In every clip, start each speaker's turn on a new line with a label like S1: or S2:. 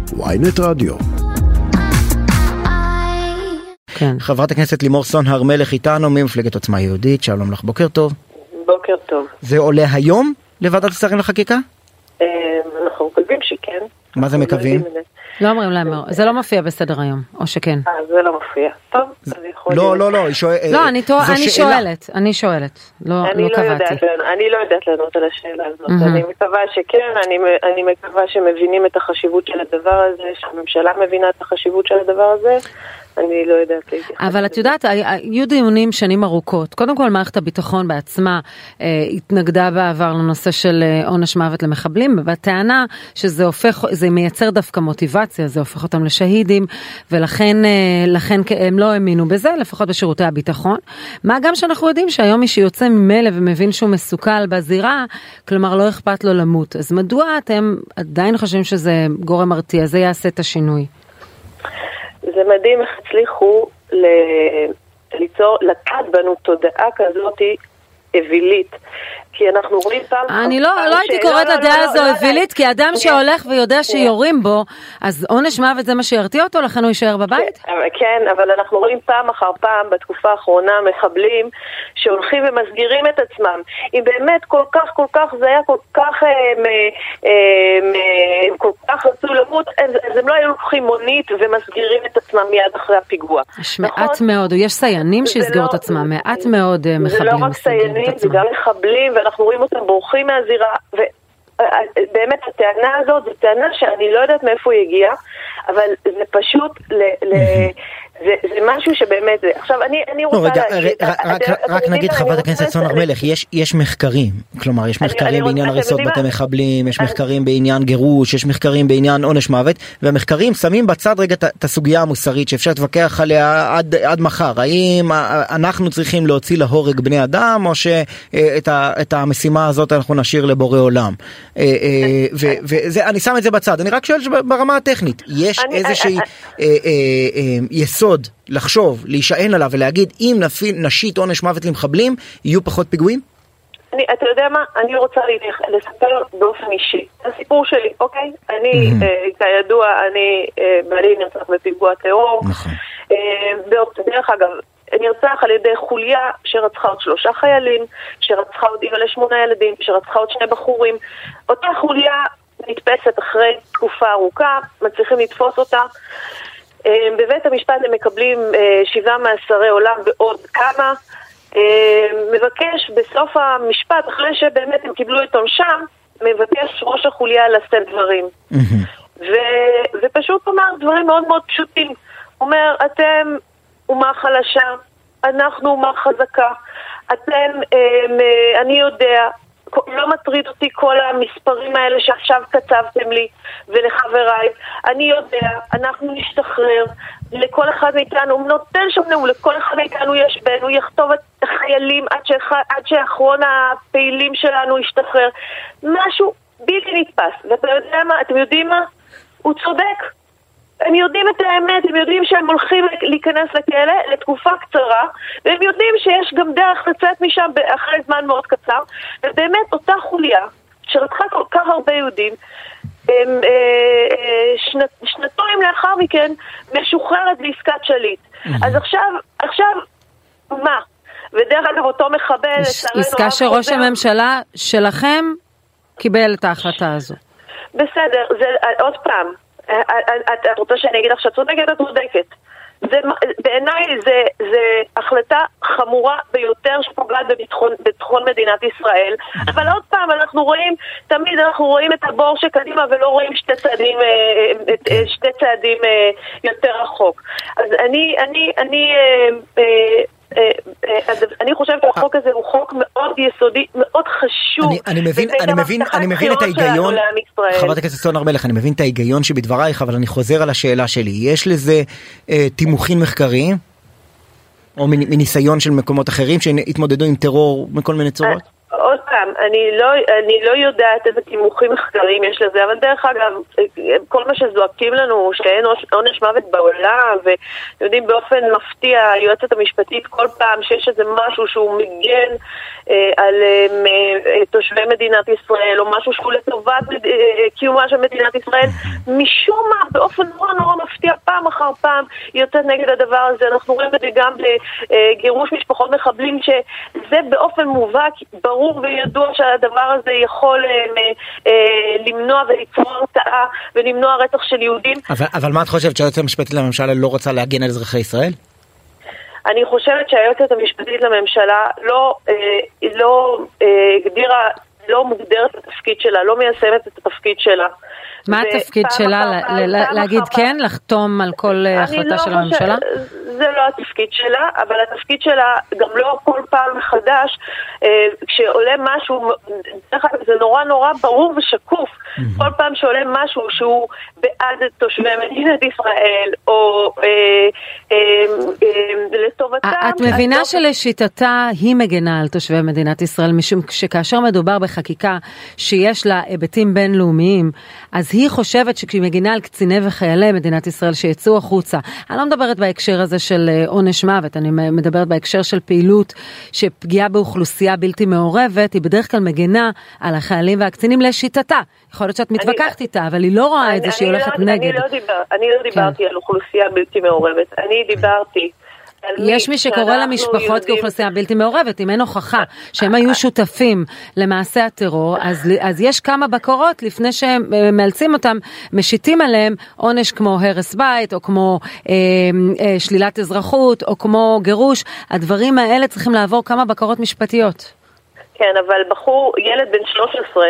S1: ynet רדיו.
S2: כן.
S3: חברת הכנסת לימור סון הר מלך איתנו ממפלגת עוצמה יהודית, שלום לך, בוקר טוב.
S4: בוקר טוב.
S3: זה עולה היום לוועדת השרים לחקיקה?
S4: אנחנו מקווים שכן.
S3: מה זה מקווים?
S2: לא אומרים להם, זה לא מופיע בסדר היום, או שכן?
S4: זה לא מופיע. טוב, אז יכול להיות.
S3: לא, היא שואלת.
S2: לא, אני שואלת, לא קבעתי.
S4: אני לא יודעת לענות על השאלה הזאת. אני מקווה שכן, אני מקווה שמבינים את החשיבות של הדבר הזה, שהממשלה מבינה את החשיבות של הדבר הזה. אני לא יודעת להתייחס.
S2: אבל את יודעת, היו דיונים שנים ארוכות. קודם כל, מערכת הביטחון בעצמה התנגדה בעבר לנושא של עונש מוות למחבלים, בטענה שזה מייצר דווקא מוטיבציה, זה הופך אותם לשהידים, ולכן הם לא האמינו בזה, לפחות בשירותי הביטחון. מה גם שאנחנו יודעים שהיום מי שיוצא ממילא ומבין שהוא מסוכל בזירה, כלומר לא אכפת לו למות. אז מדוע אתם עדיין חושבים שזה גורם מרתיע, זה יעשה את השינוי?
S4: זה מדהים איך הצליחו לתת בנו תודעה כזאת אווילית. כי אנחנו רואים פעם...
S2: אני לא הייתי קוראת לדעה הזו אווילית, כי אדם שהולך ויודע שיורים בו, אז עונש מוות זה מה שירתיע אותו, לכן הוא יישאר בבית?
S4: כן, אבל אנחנו רואים פעם אחר פעם, בתקופה האחרונה, מחבלים שהולכים ומסגירים את עצמם. אם באמת כל כך זה היה כל כך רצו למות, אז הם לא היו לוקחים מונית ומסגירים את עצמם מיד אחרי הפיגוע.
S2: יש מעט מאוד, יש סיינים שיסגרו את עצמם, מעט מאוד מחבלים.
S4: זה לא רק סיינים, זה גם מחבלים, ואנחנו רואים אותם בורחים מהזירה, ובאמת הטענה הזאת, זו טענה שאני לא יודעת מאיפה היא הגיעה, אבל זה פשוט זה משהו שבאמת זה. עכשיו, אני רוצה להגיד...
S3: רק נגיד, חברת הכנסת סון הר מלך, יש מחקרים, כלומר, יש מחקרים בעניין הריסות בתי מחבלים, יש מחקרים בעניין גירוש, יש מחקרים בעניין עונש מוות, והמחקרים שמים בצד רגע את הסוגיה המוסרית, שאפשר להתווכח עליה עד מחר. האם אנחנו צריכים להוציא להורג בני אדם, או שאת המשימה הזאת אנחנו נשאיר לבורא עולם? ואני שם את זה בצד. אני רק שואל ברמה הטכנית, יש איזושהי יסוד לחשוב, להישען עליו ולהגיד, אם נשית עונש מוות למחבלים, יהיו פחות פיגועים?
S4: אתה יודע מה? אני רוצה לספר באופן אישי. הסיפור שלי, אוקיי? אני, כידוע, בעלי נרצח בפיגוע טרור.
S3: נכון.
S4: דרך אגב, נרצח על ידי חוליה שרצחה עוד 3 חיילים, שרצחה עוד אימא ל8 ילדים, שרצחה עוד 2 בחורים. אותה חוליה נתפסת אחרי תקופה ארוכה, מצליחים לתפוס אותה. בבית המשפט הם מקבלים 7 מאסרי עולם ועוד כמה. מבקש בסוף המשפט, אחרי שבאמת הם קיבלו את עונשם, מבקש ראש החוליה לשאת דברים. ופשוט אומר דברים מאוד מאוד פשוטים. הוא אומר, אתם אומה חלשה, אנחנו אומה חזקה. אני יודע, לא מטריד אותי כל המספרים האלה שעכשיו כתבתם לי ולחבריי. אני יודע, אנחנו נשתחרר. לכל אחד מאיתנו, הוא נותן שם נאום, לכל אחד מאיתנו יש בן, הוא יכתוב את החיילים עד שאחרון הפעילים שלנו ישתחרר. משהו בלתי נתפס. ואתה יודע מה? אתם יודעים מה? הוא צודק. הם יודעים את האמת, הם יודעים שהם הולכים להיכנס לכלא לתקופה קצרה, והם יודעים שיש גם דרך לצאת משם אחרי זמן מאוד קצר, ובאמת אותה חוליה שרצחה כל כך הרבה יהודים, שנתיים לאחר מכן משוחררת בעסקת שליט. אז עכשיו מה? ודרך אגב אותו מחבל...
S2: עסקה שראש הממשלה שלכם קיבל את ההחלטה הזו.
S4: בסדר, זה עוד פעם. את רוצה שאני אגיד לך שאת צודקת? בעיניי זה החלטה חמורה ביותר שפוגעת בביטחון מדינת ישראל. אבל עוד פעם תמיד אנחנו רואים את הבור שקדימה ולא רואים שתי צעדים יותר רחוק. אז אני חושבת שהחוק הזה הוא חוק מאוד יסודי, מאוד חשוב.
S3: אני מבין את ההיגיון, חברת הכנסת סון הר מלך, אני מבין את ההיגיון שבדברייך, אבל אני חוזר על השאלה שלי. יש לזה תימוכין מחקריים, או מניסיון של מקומות אחרים שהתמודדו עם טרור מכל מיני צורות?
S4: עוד פעם, גם, אני לא יודעת איזה תימוכים מחקריים יש לזה, אבל דרך אגב, כל מה שזועקים לנו, שאין עונש מוות בעולם, ויודעים באופן מפתיע, היועצת המשפטית כל פעם שיש איזה משהו שהוא מגן על תושבי מדינת ישראל, או משהו שהוא לטובת קיומה של מדינת ישראל, משום מה, באופן נורא מפתיע, פעם אחר פעם, יוצאת נגד הדבר הזה. אנחנו רואים את זה גם בגירוש משפחות מחבלים, שזה באופן מובהק, ברור וידוע שהדבר הזה יכול למנוע וליצור הרתעה ולמנוע רצח של יהודים.
S3: אבל מה את חושבת, שהיועצת המשפטית לממשלה לא רוצה להגן על אזרחי ישראל?
S4: אני חושבת שהיועצת המשפטית לממשלה לא הגדירה, לא מוגדרת את התפקיד שלה, לא מיישמת את התפקיד שלה.
S2: מה התפקיד שלה? להגיד כן? לחתום על כל החלטה של הממשלה?
S4: זה לא התפקיד שלה, אבל התפקיד שלה גם לא כל פעם מחדש, כשעולה משהו, זה נורא ברור ושקוף, כל פעם שעולה משהו שהוא בעד תושבי מדינת ישראל, או לטובתם.
S2: את מבינה שלשיטתה היא מגנה על תושבי מדינת ישראל, משום שכאשר מדובר בחקיקה שיש לה היבטים בינלאומיים, אז היא חושבת שכשהיא מגינה על קציני וחיילי מדינת ישראל שיצאו החוצה, אני לא מדברת בהקשר הזה של עונש מוות, אני מדברת בהקשר של פעילות שפגיעה באוכלוסייה בלתי מעורבת, היא בדרך כלל מגנה על החיילים והקצינים לשיטתה. יכול להיות שאת מתווכחת איתה, אבל היא לא רואה את זה שהיא הולכת נגד.
S4: אני לא דיברתי על אוכלוסייה בלתי מעורבת, אני דיברתי
S2: יש מי שקורא למשפחות כאוכלוסייה בלתי מעורבת, אם אין הוכחה שהם היו שותפים למעשה הטרור, אז יש כמה בקרות לפני שהם מאלצים אותם, משיתים עליהם עונש כמו הרס בית, או כמו שלילת אזרחות, או כמו גירוש. הדברים האלה צריכים לעבור כמה בקרות משפטיות.
S4: כן, אבל ילד בן 13,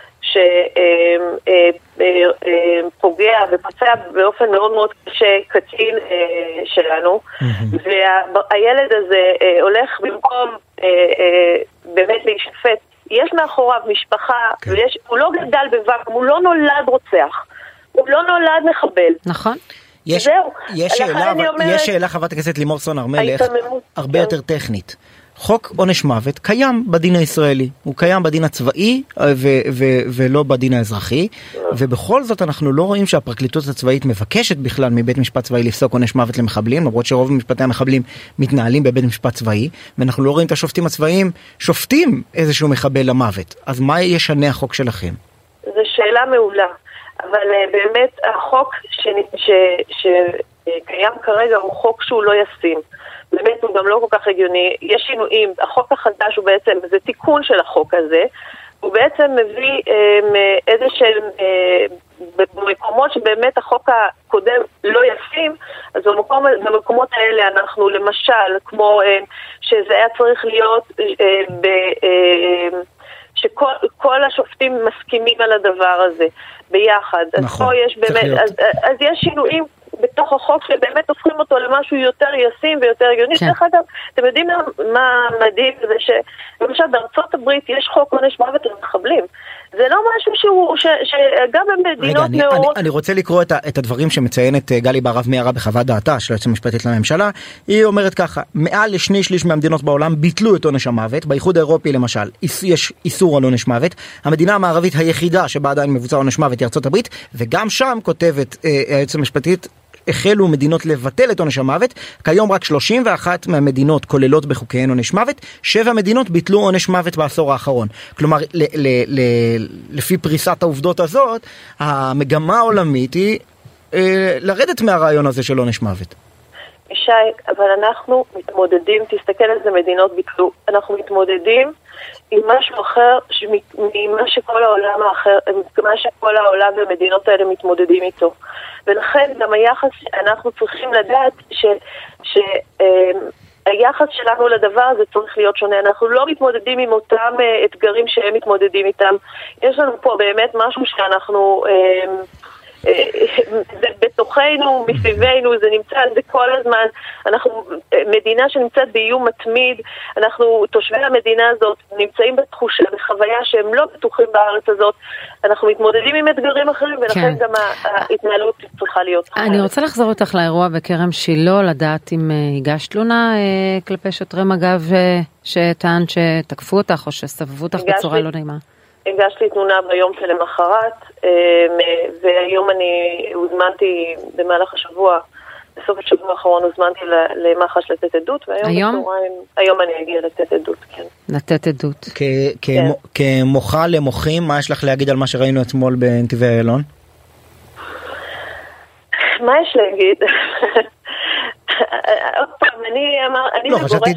S4: שפוגע ופצע באופן מאוד קשה קצין שלנו, והילד הזה הולך במקום באמת להישפט, יש מאחוריו משפחה, הוא לא גדל בוואקום, הוא לא נולד רוצח, הוא לא נולד מחבל.
S2: נכון.
S3: יש שאלה, חברת הכנסת לימור סון הר מלך, הרבה יותר טכנית. חוק עונש מוות קיים בדין הישראלי, הוא קיים בדין הצבאי ולא בדין האזרחי, ובכל זאת אנחנו לא רואים שהפרקליטות הצבאית מבקשת בכלל מבית משפט צבאי לפסוק עונש מוות למחבלים, למרות שרוב משפטי המחבלים מתנהלים בבית משפט צבאי, ואנחנו לא רואים את השופטים הצבאיים שופטים איזשהו מחבל למוות. אז מה ישנה החוק שלכם?
S4: זו שאלה מעולה, אבל באמת החוק שקיים כרגע הוא חוק שהוא לא ישים. באמת הוא גם לא כל כך הגיוני. יש שינויים, החוק החדש הוא בעצם, זה תיקון של החוק הזה, הוא בעצם מביא איזה של במקומות שבאמת החוק הקודם לא ישים, אז במקומות האלה אנחנו למשל, כמו שזה היה צריך להיות שכל השופטים מסכימים על הדבר הזה ביחד. אז פה יש באמת, אז יש שינויים בתוך החוק שבאמת הופכים אותו למשהו יותר ישים ויותר הגיוני. דרך אגב, אתם יודעים מה מדהים? זה שלמשל בארצות הברית יש חוק עונש מוות למחבלים. זה לא משהו שגם במדינות נאורות...
S3: אני רוצה לקרוא את הדברים שמציינת גלי בהרב מיארה בחוות דעתה של היועצת המשפטית לממשלה. היא אומרת ככה, מעל ל2/3 מהמדינות בעולם ביטלו את עונש המוות. באיחוד האירופי למשל יש איסור על עונש מוות. המדינה המערבית היחידה שבה עדיין מבוצע עונש מוות היא ארצות הברית, וגם שם כותבת היועצת המשפטית, החלו מדינות לבטל את עונש המוות. כיום רק 31 מהמדינות כוללות בחוקיהן עונש מוות, 7 מדינות ביטלו עונש מוות בעשור האחרון. כלומר, לפי פריסת העובדות הזאת, המגמה העולמית היא לרדת מהרעיון הזה של עונש מוות.
S4: ישי, אבל אנחנו מתמודדים, תסתכל על זה מדינות ביטלו, אנחנו מתמודדים עם משהו אחר ממה שכל העולם האחר, מה שכל העולם במדינות האלה מתמודדים איתו. ולכן גם היחס, אנחנו צריכים לדעת שהיחס שלנו לדבר הזה צריך להיות שונה. אנחנו לא מתמודדים עם אותם אתגרים שהם מתמודדים איתם. יש לנו פה באמת משהו שאנחנו... זה בתוכנו סביבנו, מסביבנו, זה נמצא על זה כל הזמן. אנחנו מדינה שנמצאת באיום מתמיד, אנחנו, תושבי המדינה הזאת, נמצאים בתחושה, בחוויה שהם לא בטוחים בארץ הזאת. אנחנו מתמודדים עם אתגרים אחרים, ולכן גם ההתנהלות צריכה להיות אחרת.
S2: אני רוצה לחזור אותך לאירוע בכרם שילה, לדעת אם הגשת תלונה כלפי שוטרי מג"ב שטען שתקפו אותך או שסבבו אותך בצורה לא נעימה.
S4: הגשתי תלונה ביום שלמחרת, והיום אני הוזמנתי במהלך השבוע, בסוף השבוע האחרון הוזמנתי למח"ש לתת עדות, והיום אני אגיע לתת עדות, כן.
S2: לתת עדות.
S3: כמוחה למוחים, מה יש לך להגיד על מה שראינו אתמול בנתיבי איילון?
S4: מה יש להגיד? עוד פעם, אני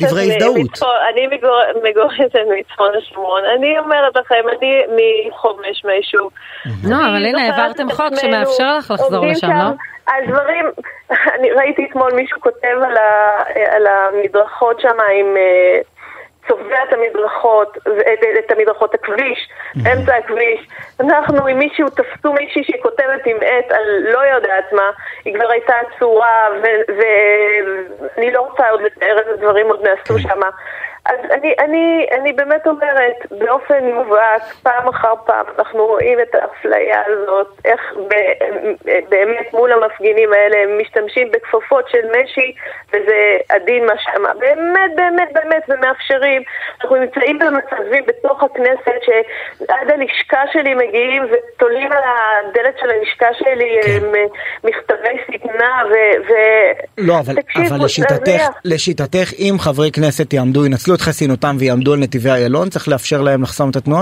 S4: מגורשת מצפון השומרון. אני אומרת לכם, אני מחומש מהיישוב.
S2: לא, אבל הנה, העברתם חוק שמאפשר לך לחזור לשם, לא?
S4: הדברים, אני ראיתי אתמול מישהו כותב על המדרכות שם עם צובע את המדרכות, את המדרכות, הכביש, אמצע הכביש. אנחנו עם מישהו, תפסו מישהי שכותבת עם עט על לא יודעת מה, היא כבר הייתה עצורה, ואני לא רוצה עוד לתאר איזה דברים עוד נעשו שם. אז אני באמת אומרת, באופן מובהק, פעם אחר פעם, אנחנו רואים את האפליה הזאת, איך באמת מול המפגינים האלה הם משתמשים בכפפות של משי, וזה עדין מה שמה. באמת, באמת, באמת, ומאפשרים. אנחנו נמצאים במצבים בתוך הכנסת, שעד הלשכה שלי מגיעים ותולים על הדלת של הלשכה שלי מכתבי סתנה,
S3: לא, אבל לשיטתך, אם חברי כנסת יעמדו, ינצלו את חסינותם ויעמדו על נתיבי איילון, צריך לאפשר להם לחסום את התנועה?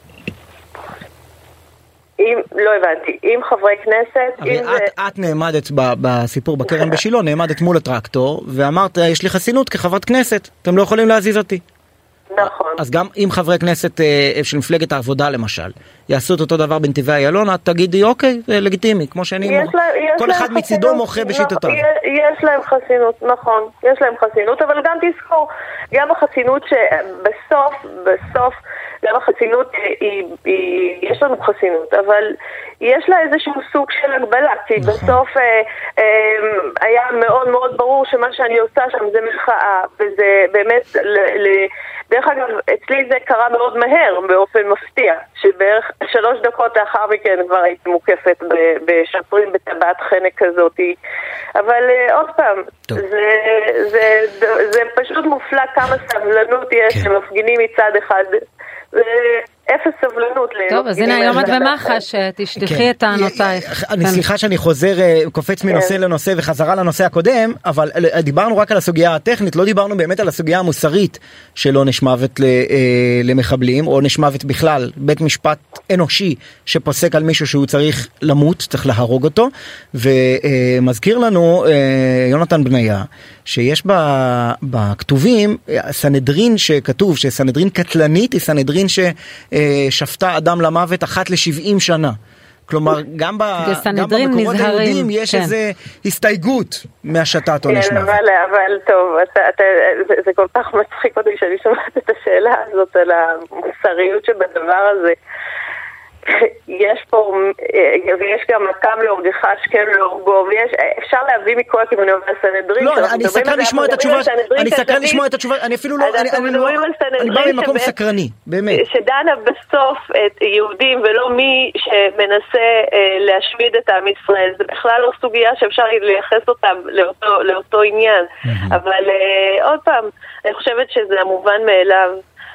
S4: לא הבנתי, אם חברי כנסת...
S3: את נעמדת בסיפור בכרם בשילה, נעמדת מול הטרקטור, ואמרת, יש לי חסינות כחברת כנסת, אתם לא יכולים להזיז אותי.
S4: נכון.
S3: אז גם אם חברי כנסת של מפלגת העבודה למשל, יעשו את אותו דבר בנתיבי איילון, את תגידי, אוקיי, זה לגיטימי, כמו שאני... כל אחד מצידו מוחה בשיטותיו.
S4: יש להם חסינות, נכון, יש להם חסינות, אבל גם תזכור, גם החסינות שבסוף, גם החסינות, יש לנו חסינות, אבל יש לה איזשהו סוג של הגבלה, כי בסוף היה מאוד מאוד ברור שמה שאני עושה שם זה מחאה, וזה באמת, דרך אגב, אצלי זה קרה מאוד מהר, באופן מפתיע, שבערך 3 דקות לאחר מכן כבר הייתי מוקפת בשוטרים בטבעת חנק כזאת, אבל עוד פעם, זה פשוט מופלא כמה סבלנות יש למפגינים מצד אחד, אפס סבלנות.
S2: טוב, אז הנה היום את במח"ש, תשלחי את טענותייך.
S3: אני סליחה שאני חוזר, קופץ מנושא לנושא וחזרה לנושא הקודם, אבל דיברנו רק על הסוגיה הטכנית, לא דיברנו באמת על הסוגיה המוסרית של עונש מוות למחבלים, או עונש מוות בכלל, בית משפט אנושי שפוסק על מישהו שהוא צריך למות, צריך להרוג אותו, ומזכיר לנו יונתן בניה, שיש בכתובים סנהדרין שכתוב שסנהדרין קטלנית היא סנהדרין ששפטה אדם למוות אחת ל-70 שנה. כלומר, גם במקורות היהודים יש איזו הסתייגות מהשתת עונש מוות.
S4: אבל טוב, זה כל כך מצחיק אותי שאני שומעת את השאלה הזאת על המוסריות שבדבר הזה. יש פה, ויש גם מקם להורגך השכם להורגו, אפשר להביא מכל הכיוונים והסנהדרין.
S3: לא, אני סקרן לשמוע את התשובה, אני אפילו לא, אני בא ממקום סקרני, באמת.
S4: שדנה בסוף את יהודים ולא מי שמנסה להשמיד את עם ישראל, זה בכלל לא סוגיה שאפשר לייחס אותם לאותו עניין, אבל עוד פעם, אני חושבת שזה המובן מאליו,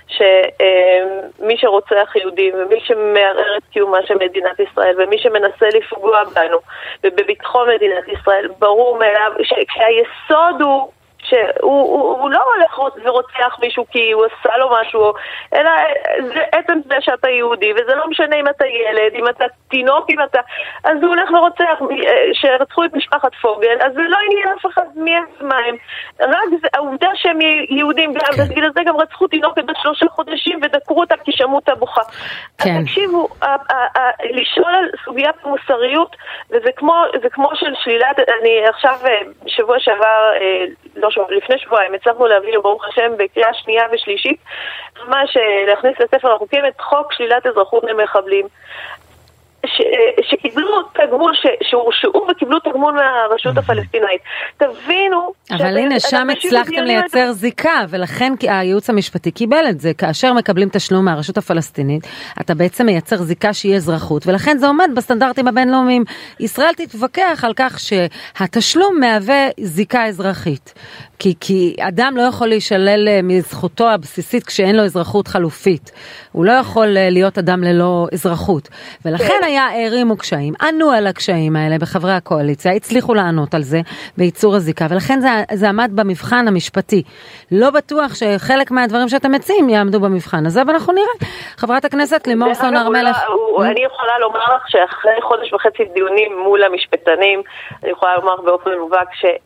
S4: שמי שרוצח יהודים ומי שמערער את קיומה של מדינת ישראל ומי שמנסה לפגוע בנו ובביטחון מדינת ישראל, ברור מאליו שהיסוד הוא שהוא לא הולך ורוצח מישהו כי הוא עשה לו משהו, אלא זה עצם זה שאתה יהודי, וזה לא משנה אם אתה ילד, אם אתה תינוק, אז הוא הולך ורוצח, שרצחו את משפחת פוגל, אז זה לא עניין אף אחד מה הם, רק העובדה שהם יהודים גם, בגיל הזה גם רצחו תינוקת בת 3 חודשים ודקרו אותה כי שמעו אותה בוכה. אז תקשיבו, לשאול על סוגיית המוסריות, וזה כמו של שלילת, אני עכשיו שבוע שעבר, לפני שבועיים הצלחנו להביא ברוך השם בקריאה שנייה ושלישית ממש להכניס לספר החוקים את חוק שלילת אזרחות למחבלים. שקיבלו תגמול, שהורשעו וקיבלו תגמול מהרשות הפלסטינאית. תבינו...
S2: אבל הנה, שם הצלחתם לייצר זיקה, ולכן הייעוץ המשפטי קיבל את זה. כאשר מקבלים תשלום מהרשות הפלסטינית, אתה בעצם מייצר זיקה שהיא אזרחות, ולכן זה עומד בסטנדרטים הבינלאומיים. ישראל תתווכח על כך שהתשלום מהווה זיקה אזרחית. כי אדם לא יכול להישלל מזכותו הבסיסית כשאין לו אזרחות חלופית. הוא לא יכול להיות אדם ללא אזרחות. ולכן היה הערימו קשיים, ענו על הקשיים האלה בחברי הקואליציה, הצליחו לענות על זה בייצור הזיקה, ולכן זה עמד במבחן המשפטי. לא בטוח שחלק מהדברים שאתם מציעים יעמדו במבחן הזה, אבל אנחנו נראה. חברת הכנסת לימור סון הר מלך.
S4: אני יכולה לומר לך שאחרי חודש וחצי דיונים מול המשפטנים, אני יכולה לומר באופן מובהק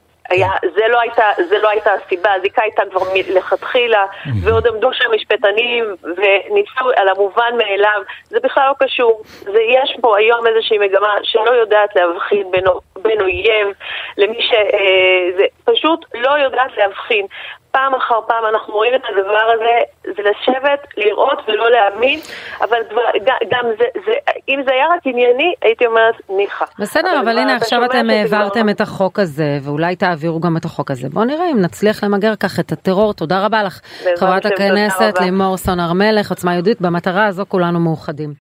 S4: זה לא הייתה הסיבה, הזיקה הייתה כבר לכתחילה, ועוד עמדו שם משפטנים וניסו על המובן מאליו, זה בכלל לא קשור. יש פה היום איזושהי מגמה שלא יודעת להבחין בין אויב למי שזה פשוט לא יודעת להבחין. פעם אחר פעם אנחנו רואים את הדבר הזה, זה לשבת, לראות ולא להאמין, אבל גם אם זה היה רק ענייני, הייתי אומרת ניחה.
S2: בסדר, אבל הנה עכשיו אתם העברתם את החוק הזה, ואולי תעבירו גם את החוק הזה. בואו נראה אם נצליח למגר כך את הטרור. תודה רבה לך, חברת הכנסת לימור סון הר מלך, עוצמה יהודית, במטרה הזו כולנו מאוחדים.